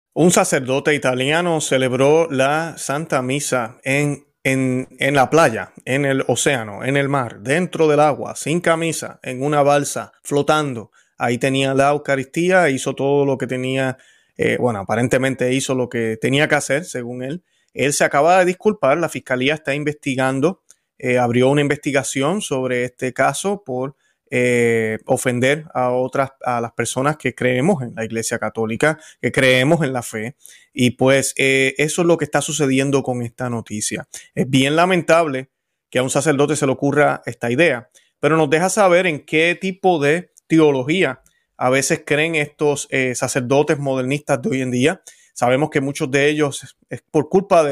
Un sacerdote italiano celebró la Santa Misa en la playa, en el océano, en el mar, dentro del agua, sin camisa, en una balsa, flotando. Ahí tenía la Eucaristía, hizo todo lo que tenía, bueno, aparentemente hizo lo que tenía que hacer, según él. Él se acaba de disculpar, la fiscalía está investigando, abrió una investigación sobre este caso por ofender a las personas que creemos en la Iglesia Católica, que creemos en la fe. Y pues eso es lo que está sucediendo con esta noticia. Es bien lamentable que a un sacerdote se le ocurra esta idea, pero nos deja saber en qué tipo de teología a veces creen estos sacerdotes modernistas de hoy en día. Sabemos que muchos de ellos es por culpa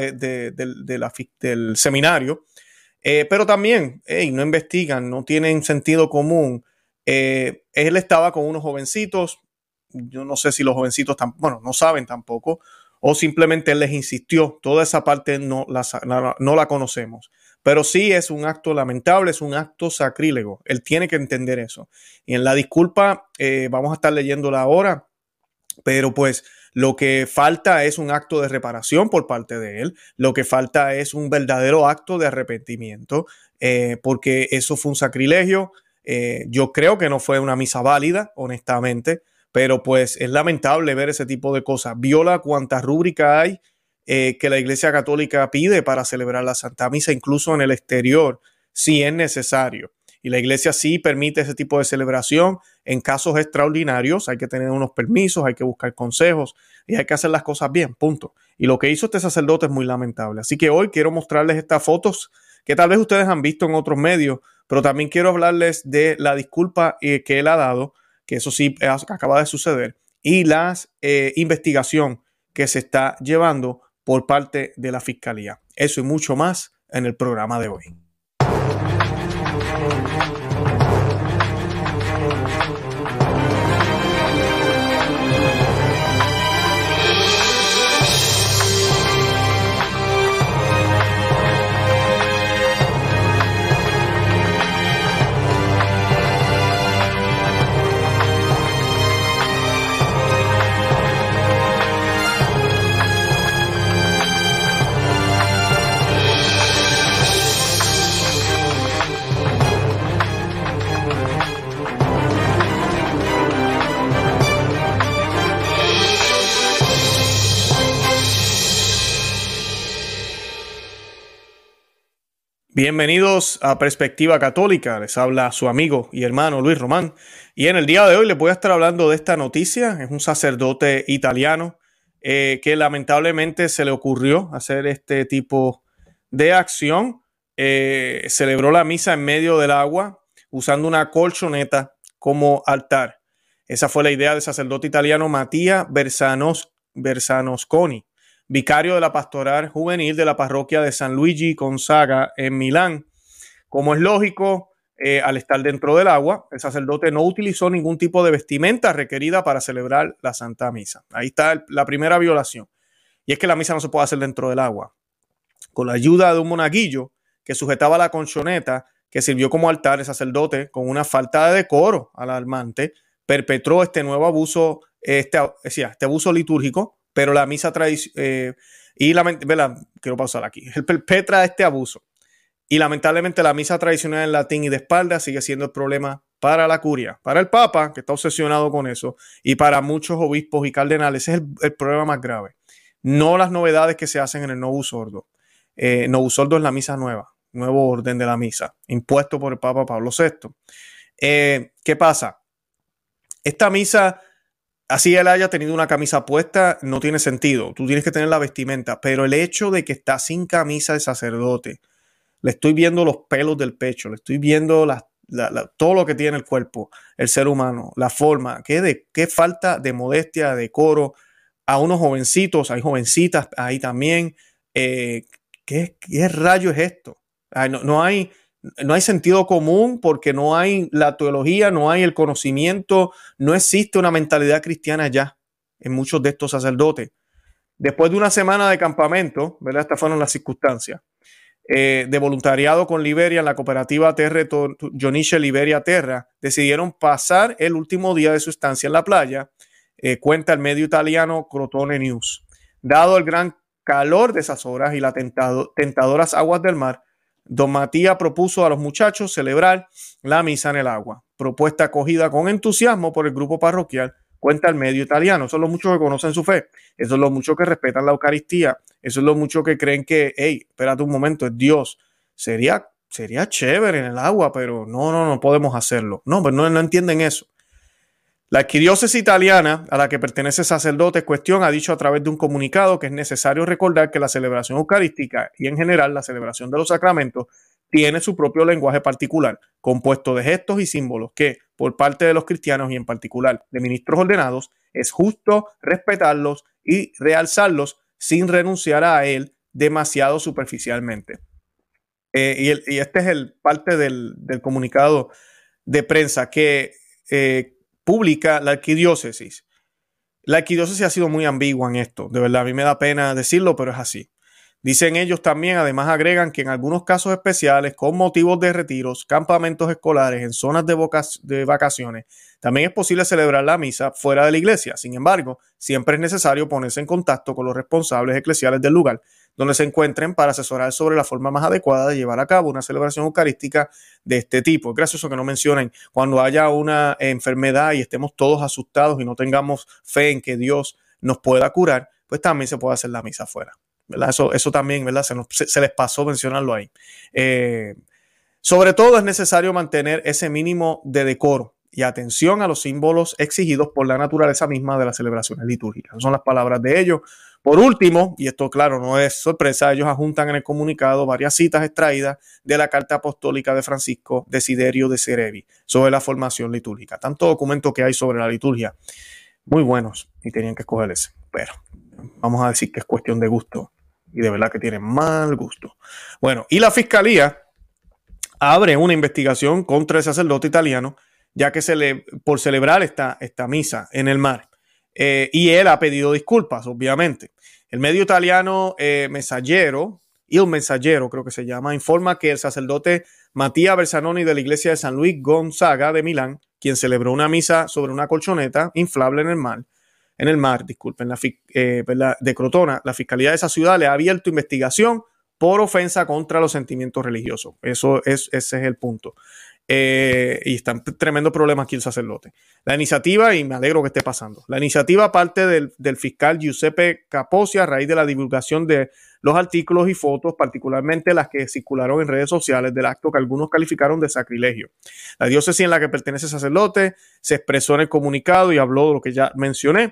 del seminario, pero también no investigan, no tienen sentido común. Él estaba con unos jovencitos, yo no sé si los jovencitos, bueno, no saben tampoco, o simplemente él les insistió. Toda esa parte no la conocemos. Pero sí es un acto lamentable, es un acto sacrílego. Él tiene que entender eso. Y en la disculpa, vamos a estar leyéndola ahora, pero pues lo que falta es un acto de reparación por parte de él. Lo que falta es un verdadero acto de arrepentimiento, porque eso fue un sacrilegio. Yo creo que no fue una misa válida, honestamente, pero pues es lamentable ver ese tipo de cosas. Viola cuánta rúbrica hay que la Iglesia Católica pide para celebrar la Santa Misa, incluso en el exterior, si es necesario. Y la iglesia sí permite ese tipo de celebración en casos extraordinarios. Hay que tener unos permisos, hay que buscar consejos y hay que hacer las cosas bien, punto. Y lo que hizo este sacerdote es muy lamentable. Así que hoy quiero mostrarles estas fotos que tal vez ustedes han visto en otros medios, pero también quiero hablarles de la disculpa que él ha dado, que eso sí acaba de suceder, y la investigación que se está llevando por parte de la Fiscalía. Eso y mucho más en el programa de hoy. Bienvenidos a Perspectiva Católica, les habla su amigo y hermano Luis Román, y en el día de hoy les voy a estar hablando de esta noticia. Es un sacerdote italiano que lamentablemente se le ocurrió hacer este tipo de acción. Celebró la misa en medio del agua usando una colchoneta como altar. Esa fue la idea del sacerdote italiano Mattia Bersanosconi, vicario de la pastoral juvenil de la parroquia de San Luigi Gonzaga en Milán. Como es lógico, al estar dentro del agua, el sacerdote no utilizó ningún tipo de vestimenta requerida para celebrar la Santa Misa. Ahí está la primera violación. Y es que la misa no se puede hacer dentro del agua. Con la ayuda de un monaguillo que sujetaba la colchoneta que sirvió como altar, el sacerdote, con una falta de decoro alarmante, perpetró este nuevo abuso, este abuso litúrgico, pero la misa tradicional, quiero pausar aquí, él perpetra este abuso. Y lamentablemente la misa tradicional en latín y de espalda sigue siendo el problema para la curia, para el Papa, que está obsesionado con eso, y para muchos obispos y cardenales. Ese es el problema más grave. No las novedades que se hacen en el Novus Ordo. Novus Ordo es la misa nueva, nuevo orden de la misa, impuesto por el Papa Pablo VI. ¿Qué pasa? Esta misa, así él haya tenido una camisa puesta, no tiene sentido. Tú tienes que tener la vestimenta, pero el hecho de que está sin camisa el sacerdote, le estoy viendo los pelos del pecho, le estoy viendo todo lo que tiene el cuerpo, el ser humano, la forma, qué falta de modestia, de decoro. A unos jovencitos, hay jovencitas ahí también. ¿Qué rayo es esto? No hay sentido común porque no hay la teología, no hay el conocimiento, no existe una mentalidad cristiana ya en muchos de estos sacerdotes. Después de una semana de campamento, ¿verdad? Estas fueron las circunstancias, de voluntariado con Liberia en la cooperativa Terre Joniche Liberia Terra, decidieron pasar el último día de su estancia en la playa cuenta el medio italiano Crotone News. Dado el gran calor de esas horas y las tentadoras aguas del mar, don Matías propuso a los muchachos celebrar la misa en el agua. Propuesta acogida con entusiasmo por el grupo parroquial, cuenta el medio italiano. Eso es lo mucho que conocen su fe. Eso es lo mucho que respetan la Eucaristía. Eso es lo mucho que creen que, hey, espérate un momento, es Dios. Sería chévere en el agua, pero no podemos hacerlo. No, pero no entienden eso. La arquidiócesis italiana a la que pertenece el sacerdote en cuestión ha dicho a través de un comunicado que es necesario recordar que la celebración eucarística y en general la celebración de los sacramentos tiene su propio lenguaje particular, compuesto de gestos y símbolos que, por parte de los cristianos y en particular de ministros ordenados, es justo respetarlos y realzarlos sin renunciar a él demasiado superficialmente. Y este es el parte del comunicado de prensa que publica la arquidiócesis. La arquidiócesis ha sido muy ambigua en esto, de verdad, a mí me da pena decirlo, pero es así. Dicen ellos también, además agregan que en algunos casos especiales, con motivos de retiros, campamentos escolares, en zonas de vacaciones, también es posible celebrar la misa fuera de la iglesia. Sin embargo, siempre es necesario ponerse en contacto con los responsables eclesiales del lugar donde se encuentren para asesorar sobre la forma más adecuada de llevar a cabo una celebración eucarística de este tipo. Es gracioso que no mencionen cuando haya una enfermedad y estemos todos asustados y no tengamos fe en que Dios nos pueda curar, pues también se puede hacer la misa afuera, ¿verdad? Eso también, ¿verdad? Se les pasó mencionarlo ahí. Sobre todo es necesario mantener ese mínimo de decoro y atención a los símbolos exigidos por la naturaleza misma de las celebraciones litúrgicas. Esas son las palabras de ellos. Por último, y esto claro no es sorpresa, ellos adjuntan en el comunicado varias citas extraídas de la carta apostólica de Francisco Desiderio de Cerevi sobre la formación litúrgica. Tanto documento que hay sobre la liturgia, muy buenos, y tenían que escoger ese. Pero vamos a decir que es cuestión de gusto, y de verdad que tienen mal gusto. Bueno, y la fiscalía abre una investigación contra el sacerdote italiano, ya que por celebrar esta misa en el mar. Y él ha pedido disculpas, obviamente. El medio italiano Messaggero, Il Messaggero creo que se llama, informa que el sacerdote Mattia Bersanoni de la iglesia de San Luis Gonzaga de Milán, quien celebró una misa sobre una colchoneta inflable en el mar, de Crotona, la fiscalía de esa ciudad le ha abierto investigación por ofensa contra los sentimientos religiosos. Ese es el punto. Y está en tremendo problema aquí el sacerdote. La iniciativa, y me alegro que esté pasando, la iniciativa parte del fiscal Giuseppe Capozzi a raíz de la divulgación de los artículos y fotos, particularmente las que circularon en redes sociales del acto que algunos calificaron de sacrilegio. La diócesis en la que pertenece el sacerdote se expresó en el comunicado y habló de lo que ya mencioné.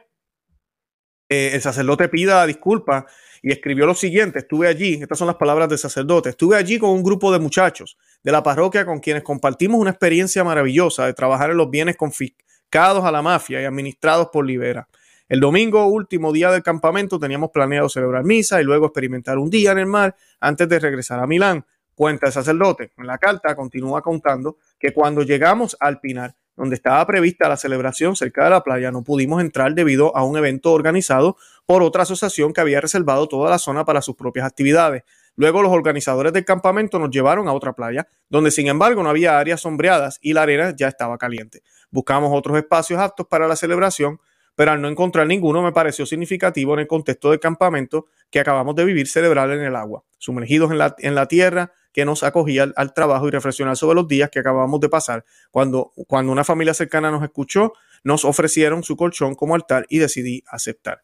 El sacerdote pida disculpas y escribió lo siguiente: estuve allí, estas son las palabras del sacerdote, estuve allí con un grupo de muchachos de la parroquia con quienes compartimos una experiencia maravillosa de trabajar en los bienes confiscados a la mafia y administrados por Libera. El domingo, último día del campamento, teníamos planeado celebrar misa y luego experimentar un día en el mar antes de regresar a Milán, cuenta el sacerdote. En la carta continúa contando que cuando llegamos al Pinar, donde estaba prevista la celebración cerca de la playa, no pudimos entrar debido a un evento organizado por otra asociación que había reservado toda la zona para sus propias actividades. Luego los organizadores del campamento nos llevaron a otra playa, donde sin embargo no había áreas sombreadas y la arena ya estaba caliente. Buscamos otros espacios aptos para la celebración, pero al no encontrar ninguno me pareció significativo en el contexto del campamento que acabamos de vivir celebrar en el agua, sumergidos en la tierra que nos acogía al trabajo y reflexionar sobre los días que acabamos de pasar. Cuando una familia cercana nos escuchó, nos ofrecieron su colchón como altar y decidí aceptar.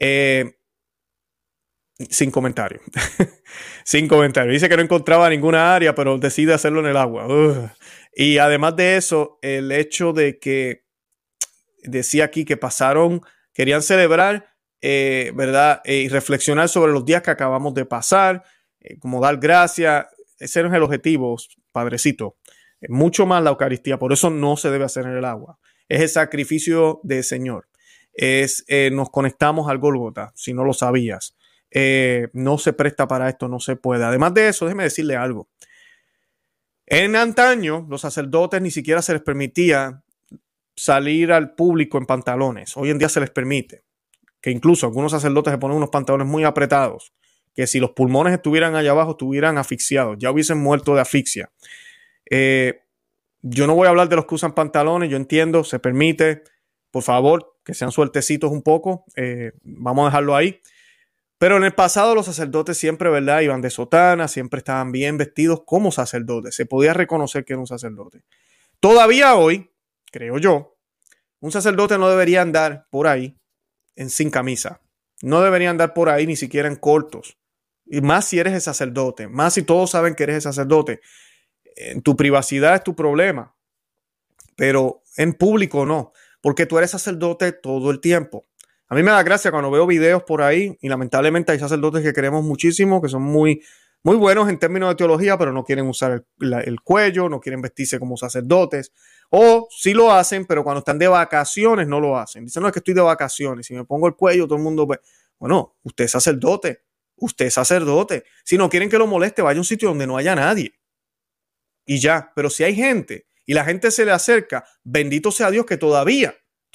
Sin comentario. Sin comentario. Dice que no encontraba ninguna área, pero decide hacerlo en el agua. Y además de eso, el hecho de que decía aquí que querían celebrar, ¿verdad? Y reflexionar sobre los días que acabamos de pasar, como dar gracias. Ese no es el objetivo, padrecito. Mucho más la Eucaristía, por eso no se debe hacer en el agua. Es el sacrificio del Señor. Nos conectamos al Gólgota, si no lo sabías. No se presta para esto, no se puede. Además de eso, déjeme decirle algo. En antaño, los sacerdotes ni siquiera se les permitía salir al público en pantalones. Hoy en día se les permite. Que incluso algunos sacerdotes se ponen unos pantalones muy apretados, que si los pulmones estuvieran allá abajo, estuvieran asfixiados, ya hubiesen muerto de asfixia. Yo no voy a hablar de los que usan pantalones, yo entiendo, se permite por favor, que sean suertecitos un poco, vamos a dejarlo ahí. Pero en el pasado los sacerdotes siempre, ¿verdad? Iban de sotana, siempre estaban bien vestidos como sacerdotes. Se podía reconocer que era un sacerdote. Todavía hoy, creo yo, un sacerdote no debería andar por ahí sin camisa. No debería andar por ahí ni siquiera en cortos. Y más si eres el sacerdote, más si todos saben que eres el sacerdote. En tu privacidad es tu problema, pero en público no, porque tú eres sacerdote todo el tiempo. A mí me da gracia cuando veo videos por ahí y lamentablemente hay sacerdotes que queremos muchísimo, que son muy, muy buenos en términos de teología, pero no quieren usar el cuello, no quieren vestirse como sacerdotes, o sí lo hacen, pero cuando están de vacaciones no lo hacen. Dicen, no, es que estoy de vacaciones, si me pongo el cuello todo el mundo... Bueno, usted es sacerdote, usted es sacerdote. Si no quieren que lo moleste, vaya a un sitio donde no haya nadie. Y ya, pero si hay gente y la gente se le acerca, bendito sea Dios que todavía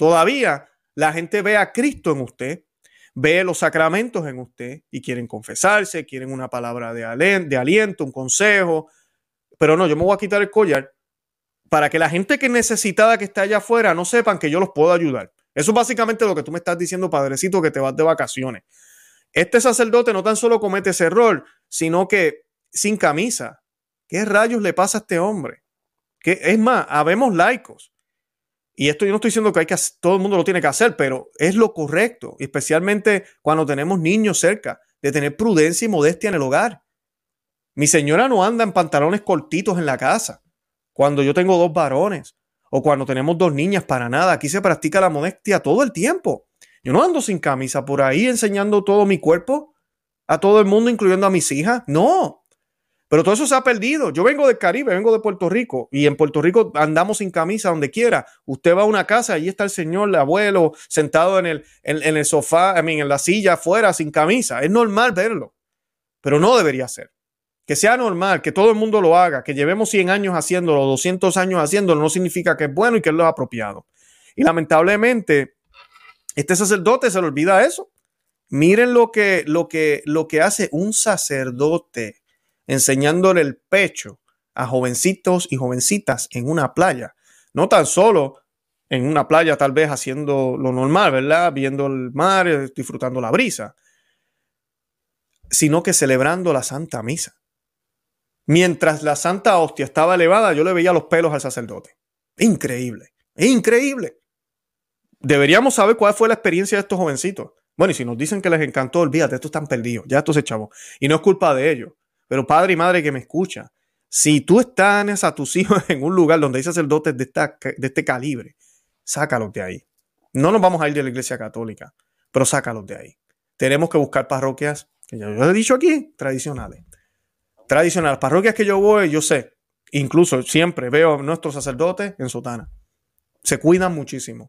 la gente ve a Cristo en usted, ve los sacramentos en usted y quieren confesarse, quieren una palabra de aliento, un consejo. Pero no, yo me voy a quitar el collar para que la gente que es necesitada que está allá afuera no sepan que yo los puedo ayudar. Eso es básicamente lo que tú me estás diciendo, padrecito, que te vas de vacaciones. Este sacerdote no tan solo comete ese error, sino que sin camisa. ¿Qué rayos le pasa a este hombre? Es más, habemos laicos. Y esto yo no estoy diciendo que todo el mundo lo tiene que hacer, pero es lo correcto, especialmente cuando tenemos niños cerca, de tener prudencia y modestia en el hogar. Mi señora no anda en pantalones cortitos en la casa, cuando yo tengo 2 varones, o cuando tenemos 2 niñas, para nada. Aquí se practica la modestia todo el tiempo. Yo no ando sin camisa por ahí enseñando todo mi cuerpo a todo el mundo, incluyendo a mis hijas. No. Pero todo eso se ha perdido. Yo vengo del Caribe, vengo de Puerto Rico, y en Puerto Rico andamos sin camisa donde quiera. Usted va a una casa, allí está el señor, el abuelo, sentado en el sofá, en la silla afuera sin camisa. Es normal verlo, pero no debería ser. Que sea normal, que todo el mundo lo haga, que llevemos 100 años haciéndolo, 200 años haciéndolo, no significa que es bueno y que es lo apropiado. Y lamentablemente, este sacerdote se le olvida eso. Miren lo que hace un sacerdote enseñándole el pecho a jovencitos y jovencitas en una playa. No tan solo en una playa, tal vez haciendo lo normal, ¿verdad? Viendo el mar, disfrutando la brisa, sino que celebrando la Santa Misa. Mientras la Santa Hostia estaba elevada, yo le veía los pelos al sacerdote. Increíble, increíble. Deberíamos saber cuál fue la experiencia de estos jovencitos. Bueno, y si nos dicen que les encantó, olvídate, estos están perdidos, ya estos se chavó. Y no es culpa de ellos. Pero padre y madre que me escucha, si tú estás a tus hijos en un lugar donde hay sacerdotes de este calibre, sácalos de ahí. No nos vamos a ir de la iglesia católica, pero sácalos de ahí. Tenemos que buscar parroquias, que ya yo he dicho aquí, tradicionales. Tradicionales, parroquias que yo voy, yo sé, incluso siempre veo a nuestros sacerdotes en sotana. Se cuidan muchísimo,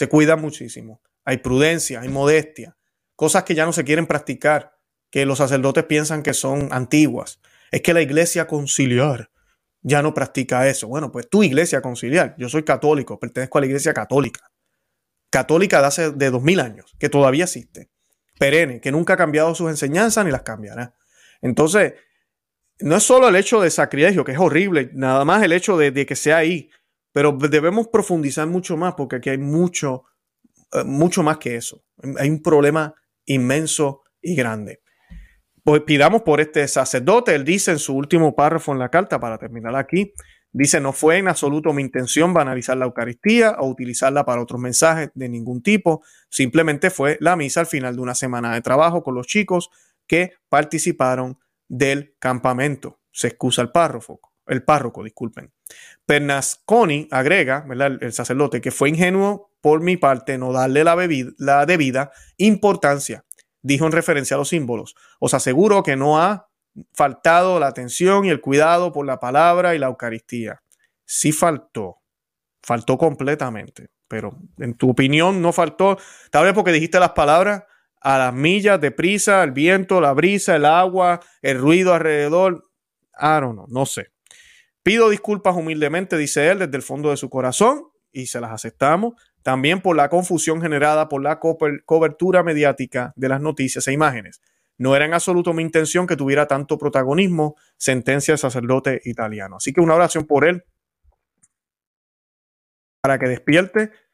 Hay prudencia, hay modestia, cosas que ya no se quieren practicar, que los sacerdotes piensan que son antiguas. Es que la iglesia conciliar ya no practica eso. Bueno, pues tu iglesia conciliar. Yo soy católico, pertenezco a la iglesia católica. Católica de hace 2000 años, que todavía existe. Perenne, que nunca ha cambiado sus enseñanzas ni las cambiará. Entonces, no es solo el hecho de sacrilegio, que es horrible, nada más el hecho de que sea ahí, pero debemos profundizar mucho más, porque aquí hay mucho más que eso. Hay un problema inmenso y grande. Pues pidamos por este sacerdote. Él dice en su último párrafo en la carta, para terminar aquí, dice: no fue en absoluto mi intención banalizar la Eucaristía o utilizarla para otros mensajes de ningún tipo. Simplemente fue la misa al final de una semana de trabajo con los chicos que participaron del campamento. Se excusa el párroco, disculpen. Pernasconi agrega, ¿verdad?, el sacerdote, que fue ingenuo por mi parte no darle la debida importancia. Dijo en referencia a los símbolos: os aseguro que no ha faltado la atención y el cuidado por la palabra y la Eucaristía. Sí faltó completamente, pero en tu opinión no faltó, tal vez porque dijiste las palabras a las millas, deprisa, el viento, la brisa, el agua, el ruido alrededor. I don't know, no sé. Pido disculpas humildemente, dice él, desde el fondo de su corazón, y se las aceptamos. También por la confusión generada por la cobertura mediática de las noticias e imágenes. No era en absoluto mi intención que tuviera tanto protagonismo, sentencia el sacerdote italiano. Así que una oración por él, para que despierte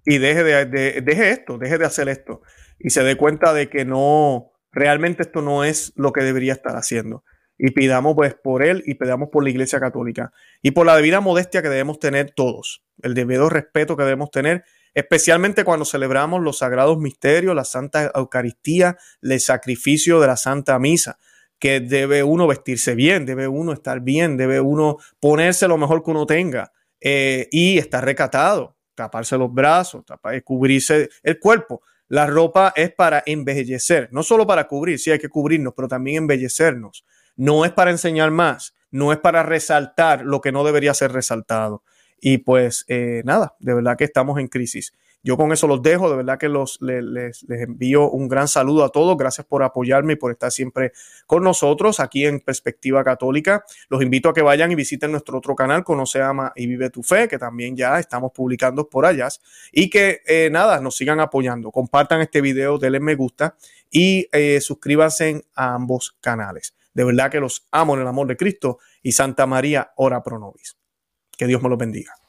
y deje de hacer esto y se dé cuenta de que no, realmente esto no es lo que debería estar haciendo. Y pidamos pues por él y pidamos por la Iglesia Católica y por la debida modestia que debemos tener todos, el debido respeto que debemos tener, especialmente cuando celebramos los sagrados misterios, la Santa Eucaristía, el sacrificio de la Santa Misa, que debe uno vestirse bien, debe uno estar bien, debe uno ponerse lo mejor que uno tenga y estar recatado, taparse los brazos, cubrirse el cuerpo. La ropa es para embellecer, no solo para cubrir, sí hay que cubrirnos, pero también embellecernos. No es para enseñar más, no es para resaltar lo que no debería ser resaltado. Y pues nada, de verdad que estamos en crisis. Yo con eso los dejo, de verdad que les envío un gran saludo a todos. Gracias por apoyarme y por estar siempre con nosotros aquí en Perspectiva Católica. Los invito a que vayan y visiten nuestro otro canal, Conoce, Ama y Vive tu Fe, que también ya estamos publicando por allá. Y que nada, nos sigan apoyando. Compartan este video, denle me gusta y suscríbanse a ambos canales. De verdad que los amo en el amor de Cristo y Santa María, ora pro nobis. Que Dios me los bendiga.